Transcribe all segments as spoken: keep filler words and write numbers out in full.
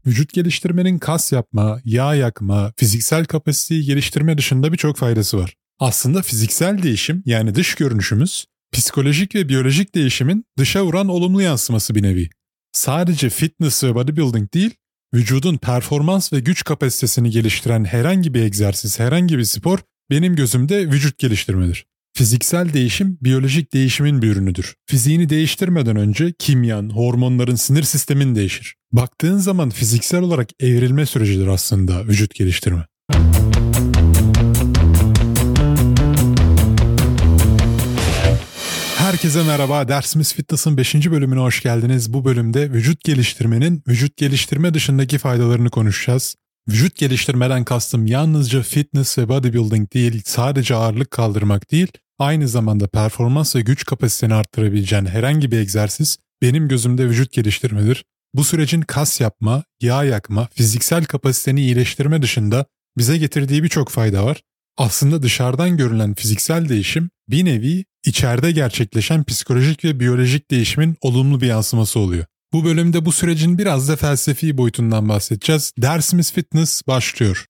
Vücut geliştirmenin kas yapma, yağ yakma, fiziksel kapasiteyi geliştirme dışında birçok faydası var. Aslında fiziksel değişim, yani dış görünüşümüz, psikolojik ve biyolojik değişimin dışa vuran olumlu yansıması bir nevi. Sadece fitness ve bodybuilding değil, vücudun performans ve güç kapasitesini geliştiren herhangi bir egzersiz, herhangi bir spor benim gözümde vücut geliştirmedir. Fiziksel değişim biyolojik değişimin bir ürünüdür. Fiziğini değiştirmeden önce kimyan, hormonların, sinir sistemin değişir. Baktığın zaman fiziksel olarak evrilme sürecidir aslında vücut geliştirme. Herkese merhaba, Dersimiz Fitness'ın beşinci bölümüne hoş geldiniz. Bu bölümde vücut geliştirmenin vücut geliştirme dışındaki faydalarını konuşacağız. Vücut geliştirmeden kastım yalnızca fitness ve bodybuilding değil, sadece ağırlık kaldırmak değil, aynı zamanda performans ve güç kapasiteni arttırabileceğin herhangi bir egzersiz benim gözümde vücut geliştirmedir. Bu sürecin kas yapma, yağ yakma, fiziksel kapasiteni iyileştirme dışında bize getirdiği birçok fayda var. Aslında dışarıdan görülen fiziksel değişim bir nevi içeride gerçekleşen psikolojik ve biyolojik değişimin olumlu bir yansıması oluyor. Bu bölümde bu sürecin biraz da felsefi boyutundan bahsedeceğiz. Dersimiz Fitness başlıyor.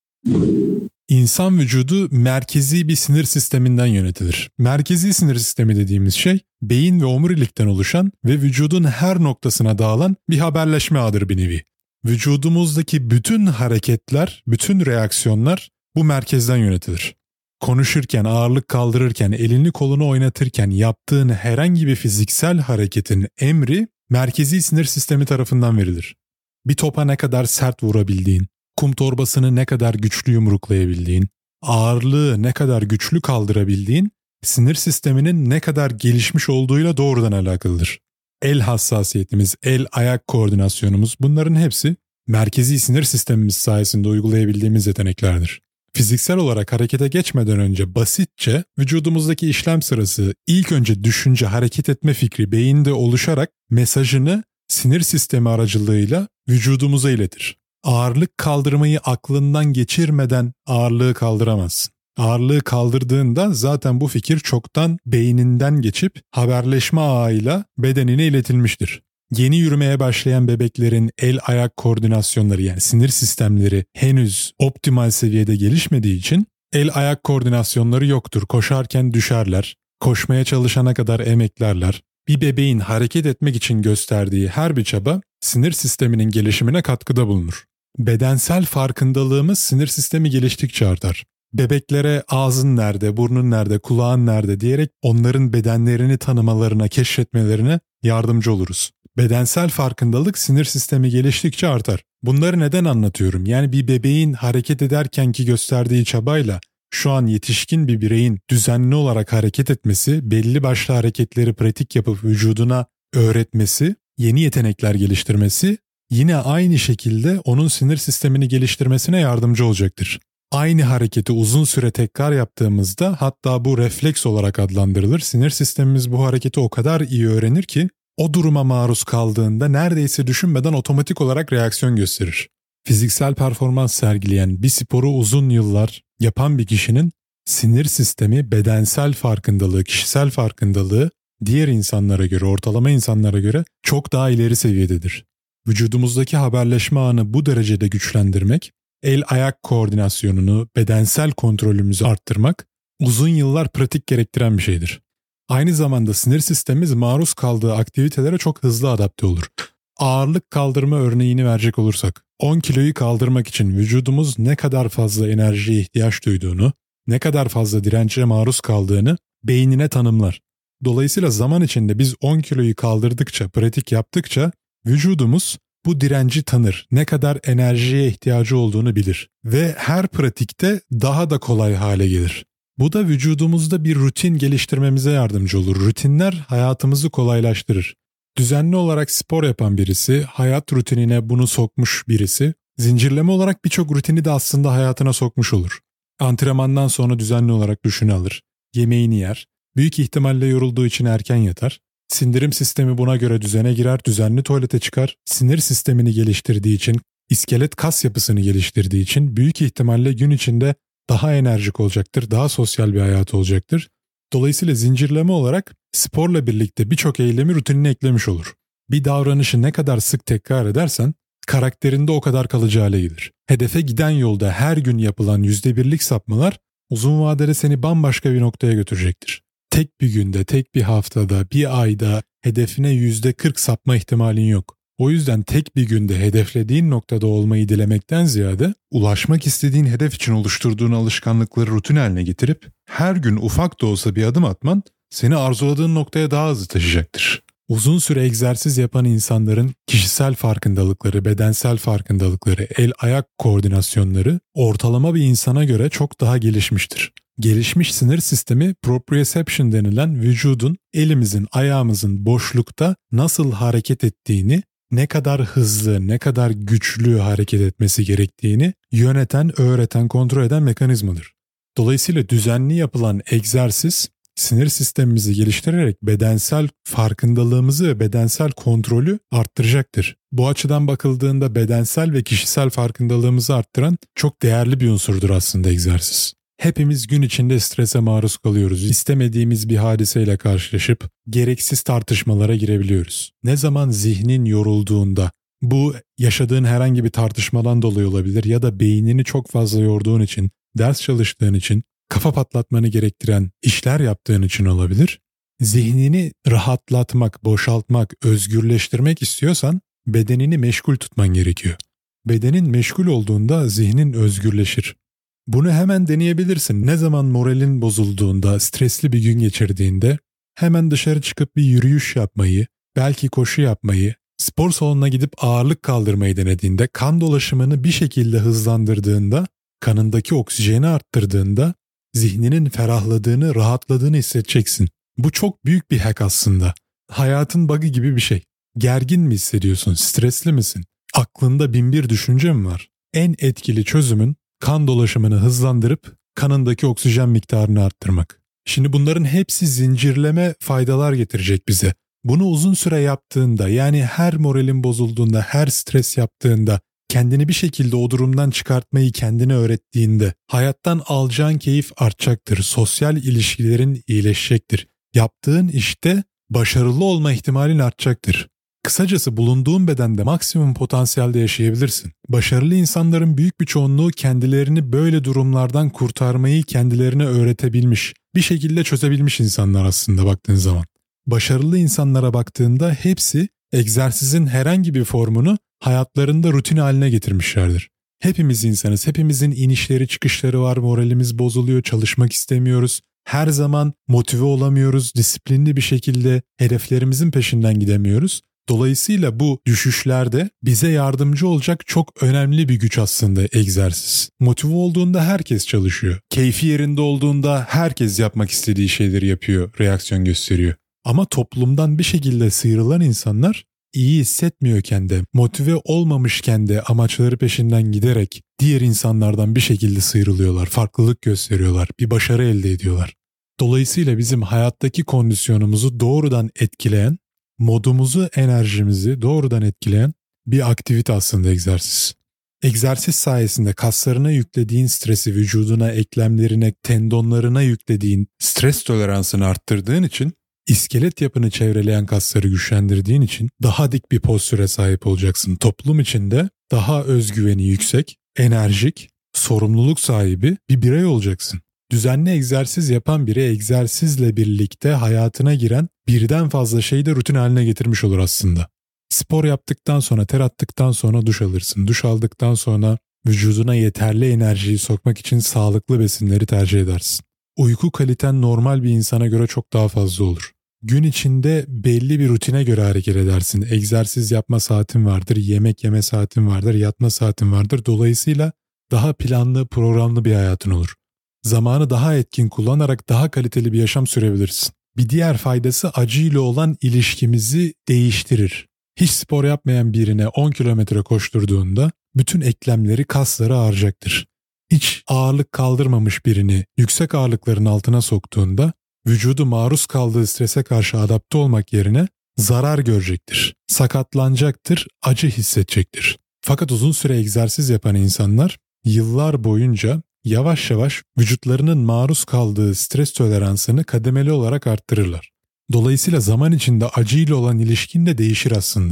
İnsan vücudu merkezi bir sinir sisteminden yönetilir. Merkezi sinir sistemi dediğimiz şey beyin ve omurilikten oluşan ve vücudun her noktasına dağılan bir haberleşme ağıdır bir nevi. Vücudumuzdaki bütün hareketler, bütün reaksiyonlar bu merkezden yönetilir. Konuşurken, ağırlık kaldırırken, elini kolunu oynatırken yaptığın herhangi bir fiziksel hareketin emri merkezi sinir sistemi tarafından verilir. Bir topa ne kadar sert vurabildiğin, kum torbasını ne kadar güçlü yumruklayabildiğin, ağırlığı ne kadar güçlü kaldırabildiğin, sinir sisteminin ne kadar gelişmiş olduğuyla doğrudan alakalıdır. El hassasiyetimiz, el-ayak koordinasyonumuz, bunların hepsi merkezi sinir sistemimiz sayesinde uygulayabildiğimiz yeteneklerdir. Fiziksel olarak harekete geçmeden önce basitçe vücudumuzdaki işlem sırası ilk önce düşünce, hareket etme fikri beyinde oluşarak mesajını sinir sistemi aracılığıyla vücudumuza iletir. Ağırlık kaldırmayı aklından geçirmeden ağırlığı kaldıramazsın. Ağırlığı kaldırdığında zaten bu fikir çoktan beyninden geçip haberleşme ağıyla bedenine iletilmiştir. Yeni yürümeye başlayan bebeklerin el-ayak koordinasyonları, yani sinir sistemleri henüz optimal seviyede gelişmediği için el-ayak koordinasyonları yoktur. Koşarken düşerler, koşmaya çalışana kadar emeklerler. Bir bebeğin hareket etmek için gösterdiği her bir çaba sinir sisteminin gelişimine katkıda bulunur. Bedensel farkındalığımız sinir sistemi geliştikçe artar. Bebeklere ağzın nerede, burnun nerede, kulağın nerede diyerek onların bedenlerini tanımalarına, keşfetmelerine yardımcı oluruz. Bedensel farkındalık sinir sistemi geliştikçe artar. Bunları neden anlatıyorum? Yani bir bebeğin hareket ederkenki gösterdiği çabayla şu an yetişkin bir bireyin düzenli olarak hareket etmesi, belli başlı hareketleri pratik yapıp vücuduna öğretmesi, yeni yetenekler geliştirmesi yine aynı şekilde onun sinir sistemini geliştirmesine yardımcı olacaktır. Aynı hareketi uzun süre tekrar yaptığımızda, hatta bu refleks olarak adlandırılır, sinir sistemimiz bu hareketi o kadar iyi öğrenir ki o duruma maruz kaldığında neredeyse düşünmeden otomatik olarak reaksiyon gösterir. Fiziksel performans sergileyen, bir sporu uzun yıllar yapan bir kişinin sinir sistemi, bedensel farkındalığı, kişisel farkındalığı diğer insanlara göre, ortalama insanlara göre çok daha ileri seviyededir. Vücudumuzdaki haberleşme ağını bu derecede güçlendirmek, el-ayak koordinasyonunu, bedensel kontrolümüzü arttırmak uzun yıllar pratik gerektiren bir şeydir. Aynı zamanda sinir sistemimiz maruz kaldığı aktivitelere çok hızlı adapte olur. Ağırlık kaldırma örneğini verecek olursak, on kiloyu kaldırmak için vücudumuz ne kadar fazla enerjiye ihtiyaç duyduğunu, ne kadar fazla dirençe maruz kaldığını beynine tanımlar. Dolayısıyla zaman içinde biz on kiloyu kaldırdıkça, pratik yaptıkça vücudumuz bu direnci tanır, ne kadar enerjiye ihtiyacı olduğunu bilir ve her pratikte daha da kolay hale gelir. Bu da vücudumuzda bir rutin geliştirmemize yardımcı olur. Rutinler hayatımızı kolaylaştırır. Düzenli olarak spor yapan birisi, hayat rutinine bunu sokmuş birisi, zincirleme olarak birçok rutini de aslında hayatına sokmuş olur. Antrenmandan sonra düzenli olarak duşunu alır, yemeğini yer, büyük ihtimalle yorulduğu için erken yatar, sindirim sistemi buna göre düzene girer, düzenli tuvalete çıkar, sinir sistemini geliştirdiği için, iskelet kas yapısını geliştirdiği için büyük ihtimalle gün içinde daha enerjik olacaktır, daha sosyal bir hayatı olacaktır. Dolayısıyla zincirleme olarak sporla birlikte birçok eylemi rutinine eklemiş olur. Bir davranışı ne kadar sık tekrar edersen, karakterinde o kadar kalıcı hale gelir. Hedefe giden yolda her gün yapılan yüzde birlik sapmalar uzun vadede seni bambaşka bir noktaya götürecektir. Tek bir günde, tek bir haftada, bir ayda hedefine yüzde kırk sapma ihtimalin yok. O yüzden tek bir günde hedeflediğin noktada olmayı dilemekten ziyade ulaşmak istediğin hedef için oluşturduğun alışkanlıkları rutin haline getirip her gün ufak da olsa bir adım atman seni arzuladığın noktaya daha hızlı taşıyacaktır. Uzun süre egzersiz yapan insanların kişisel farkındalıkları, bedensel farkındalıkları, el-ayak koordinasyonları ortalama bir insana göre çok daha gelişmiştir. Gelişmiş sinir sistemi proprioception denilen vücudun elimizin, ayağımızın boşlukta nasıl hareket ettiğini, ne kadar hızlı, ne kadar güçlü hareket etmesi gerektiğini yöneten, öğreten, kontrol eden mekanizmadır. Dolayısıyla düzenli yapılan egzersiz sinir sistemimizi geliştirerek bedensel farkındalığımızı ve bedensel kontrolü arttıracaktır. Bu açıdan bakıldığında bedensel ve kişisel farkındalığımızı arttıran çok değerli bir unsurdur aslında egzersiz. Hepimiz gün içinde strese maruz kalıyoruz. İstemediğimiz bir hadiseyle karşılaşıp gereksiz tartışmalara girebiliyoruz. Ne zaman zihnin yorulduğunda, bu yaşadığın herhangi bir tartışmadan dolayı olabilir ya da beynini çok fazla yorduğun için, ders çalıştığın için, kafa patlatmanı gerektiren işler yaptığın için olabilir. Zihnini rahatlatmak, boşaltmak, özgürleştirmek istiyorsan bedenini meşgul tutman gerekiyor. Bedenin meşgul olduğunda zihnin özgürleşir. Bunu hemen deneyebilirsin. Ne zaman moralin bozulduğunda, stresli bir gün geçirdiğinde hemen dışarı çıkıp bir yürüyüş yapmayı, belki koşu yapmayı, spor salonuna gidip ağırlık kaldırmayı denediğinde, kan dolaşımını bir şekilde hızlandırdığında, kanındaki oksijeni arttırdığında zihninin ferahladığını, rahatladığını hissedeceksin. Bu çok büyük bir hack aslında. Hayatın bug'ı gibi bir şey. Gergin mi hissediyorsun? Stresli misin? Aklında bin bir düşünce mi var? En etkili çözümün kan dolaşımını hızlandırıp kanındaki oksijen miktarını arttırmak. Şimdi bunların hepsi zincirleme faydalar getirecek bize. Bunu uzun süre yaptığında, yani her moralin bozulduğunda, her stres yaptığında, kendini bir şekilde o durumdan çıkartmayı kendine öğrettiğinde hayattan alacağın keyif artacaktır. Sosyal ilişkilerin iyileşecektir. Yaptığın işte başarılı olma ihtimalin artacaktır. Kısacası bulunduğun bedende maksimum potansiyelde yaşayabilirsin. Başarılı insanların büyük bir çoğunluğu kendilerini böyle durumlardan kurtarmayı kendilerine öğretebilmiş, bir şekilde çözebilmiş insanlar aslında baktığın zaman. Başarılı insanlara baktığında hepsi egzersizin herhangi bir formunu hayatlarında rutin haline getirmişlerdir. Hepimiz insanız, hepimizin inişleri çıkışları var, moralimiz bozuluyor, çalışmak istemiyoruz. Her zaman motive olamıyoruz, disiplinli bir şekilde hedeflerimizin peşinden gidemiyoruz. Dolayısıyla bu düşüşlerde bize yardımcı olacak çok önemli bir güç aslında egzersiz. Motive olduğunda herkes çalışıyor. Keyfi yerinde olduğunda herkes yapmak istediği şeyleri yapıyor, reaksiyon gösteriyor. Ama toplumdan bir şekilde sıyrılan insanlar iyi hissetmiyorken de, motive olmamışken de amaçları peşinden giderek diğer insanlardan bir şekilde sıyrılıyorlar, farklılık gösteriyorlar, bir başarı elde ediyorlar. Dolayısıyla bizim hayattaki kondisyonumuzu doğrudan etkileyen, modumuzu, enerjimizi doğrudan etkileyen bir aktivite aslında egzersiz. Egzersiz sayesinde kaslarına yüklediğin stresi vücuduna, eklemlerine, tendonlarına yüklediğin stres toleransını arttırdığın için, iskelet yapını çevreleyen kasları güçlendirdiğin için daha dik bir postüre sahip olacaksın. Toplum içinde daha özgüveni yüksek, enerjik, sorumluluk sahibi bir birey olacaksın. Düzenli egzersiz yapan biri egzersizle birlikte hayatına giren birden fazla şeyi de rutin haline getirmiş olur aslında. Spor yaptıktan sonra, ter attıktan sonra duş alırsın. Duş aldıktan sonra vücuduna yeterli enerjiyi sokmak için sağlıklı besinleri tercih edersin. Uyku kaliten normal bir insana göre çok daha fazla olur. Gün içinde belli bir rutine göre hareket edersin. Egzersiz yapma saatin vardır, yemek yeme saatin vardır, yatma saatin vardır. Dolayısıyla daha planlı, programlı bir hayatın olur. Zamanı daha etkin kullanarak daha kaliteli bir yaşam sürebilirsin. Bir diğer faydası acıyla olan ilişkimizi değiştirir. Hiç spor yapmayan birine on kilometre koşturduğunda bütün eklemleri, kasları ağrıyacaktır. Hiç ağırlık kaldırmamış birini yüksek ağırlıkların altına soktuğunda vücudu maruz kaldığı strese karşı adapte olmak yerine zarar görecektir. Sakatlanacaktır, acı hissedecektir. Fakat uzun süre egzersiz yapan insanlar yıllar boyunca yavaş yavaş vücutlarının maruz kaldığı stres toleransını kademeli olarak arttırırlar. Dolayısıyla zaman içinde acıyla olan ilişkin de değişir aslında.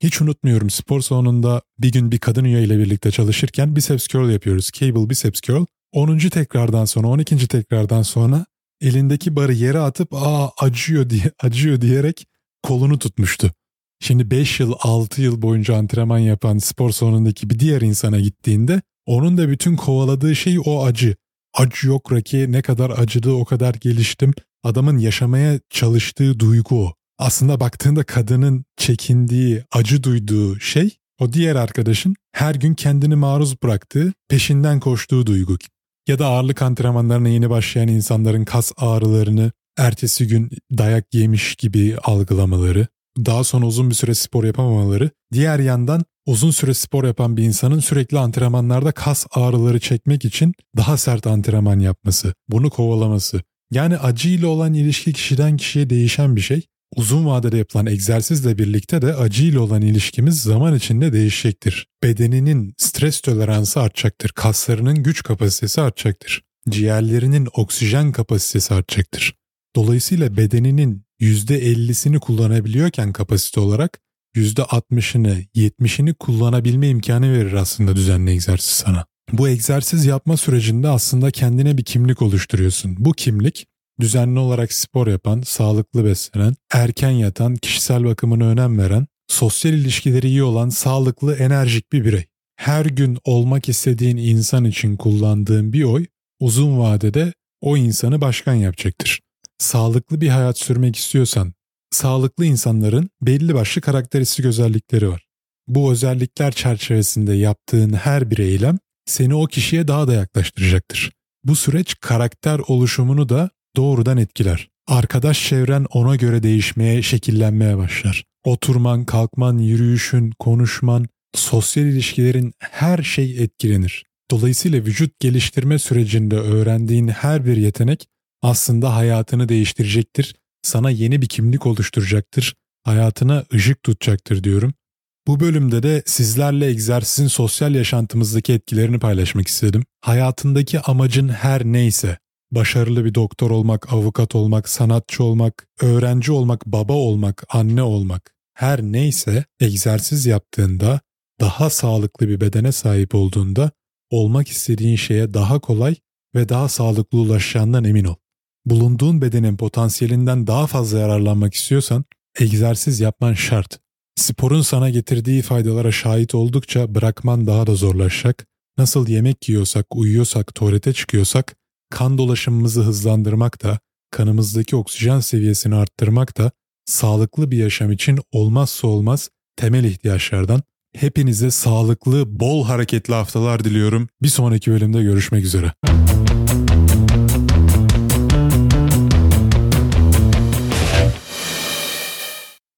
Hiç unutmuyorum, spor salonunda bir gün bir kadın üye ile birlikte çalışırken biceps curl yapıyoruz. Cable biceps curl. onuncu tekrardan sonra, on ikinci tekrardan sonra elindeki barı yere atıp aa acıyor diye acıyor diyerek kolunu tutmuştu. Şimdi beş yıl altı yıl boyunca antrenman yapan spor salonundaki bir diğer insana gittiğinde onun da bütün kovaladığı şey o acı. Acı yok Rocky, ne kadar acıdı o kadar geliştim. Adamın yaşamaya çalıştığı duygu o. Aslında baktığında kadının çekindiği, acı duyduğu şey o diğer arkadaşın her gün kendini maruz bıraktığı, peşinden koştuğu duygu. Ya da ağırlık antrenmanlarına yeni başlayan insanların kas ağrılarını ertesi gün dayak yemiş gibi algılamaları, daha sonra uzun bir süre spor yapamamaları, diğer yandan uzun süre spor yapan bir insanın sürekli antrenmanlarda kas ağrıları çekmek için daha sert antrenman yapması, bunu kovalaması. Yani acıyla olan ilişki kişiden kişiye değişen bir şey. Uzun vadede yapılan egzersizle birlikte de acıyla olan ilişkimiz zaman içinde değişecektir. Bedeninin stres toleransı artacaktır. Kaslarının güç kapasitesi artacaktır. Ciğerlerinin oksijen kapasitesi artacaktır. Dolayısıyla bedeninin yüzde ellisini kullanabiliyorken kapasite olarak yüzde altmışını, yetmişini kullanabilme imkanı verir aslında düzenli egzersiz sana. Bu egzersiz yapma sürecinde aslında kendine bir kimlik oluşturuyorsun. Bu kimlik düzenli olarak spor yapan, sağlıklı beslenen, erken yatan, kişisel bakımına önem veren, sosyal ilişkileri iyi olan, sağlıklı, enerjik bir birey. Her gün olmak istediğin insan için kullandığın bir oy uzun vadede o insanı başkan yapacaktır. Sağlıklı bir hayat sürmek istiyorsan, sağlıklı insanların belli başlı karakteristik özellikleri var. Bu özellikler çerçevesinde yaptığın her bir eylem seni o kişiye daha da yaklaştıracaktır. Bu süreç karakter oluşumunu da doğrudan etkiler. Arkadaş çevren ona göre değişmeye, şekillenmeye başlar. Oturman, kalkman, yürüyüşün, konuşman, sosyal ilişkilerin her şey etkilenir. Dolayısıyla vücut geliştirme sürecinde öğrendiğin her bir yetenek aslında hayatını değiştirecektir. Sana yeni bir kimlik oluşturacaktır. Hayatına ışık tutacaktır diyorum. Bu bölümde de sizlerle egzersizin sosyal yaşantımızdaki etkilerini paylaşmak istedim. Hayatındaki amacın her neyse, başarılı bir doktor olmak, avukat olmak, sanatçı olmak, öğrenci olmak, baba olmak, anne olmak, her neyse egzersiz yaptığında, daha sağlıklı bir bedene sahip olduğunda olmak istediğin şeye daha kolay ve daha sağlıklı ulaşacağından emin ol. Bulunduğun bedenin potansiyelinden daha fazla yararlanmak istiyorsan egzersiz yapman şart. Sporun sana getirdiği faydalara şahit oldukça bırakman daha da zorlaşacak. Nasıl yemek yiyorsak, uyuyorsak, tuvalete çıkıyorsak, kan dolaşımımızı hızlandırmak da, kanımızdaki oksijen seviyesini arttırmak da sağlıklı bir yaşam için olmazsa olmaz temel ihtiyaçlardan. Hepinize sağlıklı, bol hareketli haftalar diliyorum. Bir sonraki bölümde görüşmek üzere.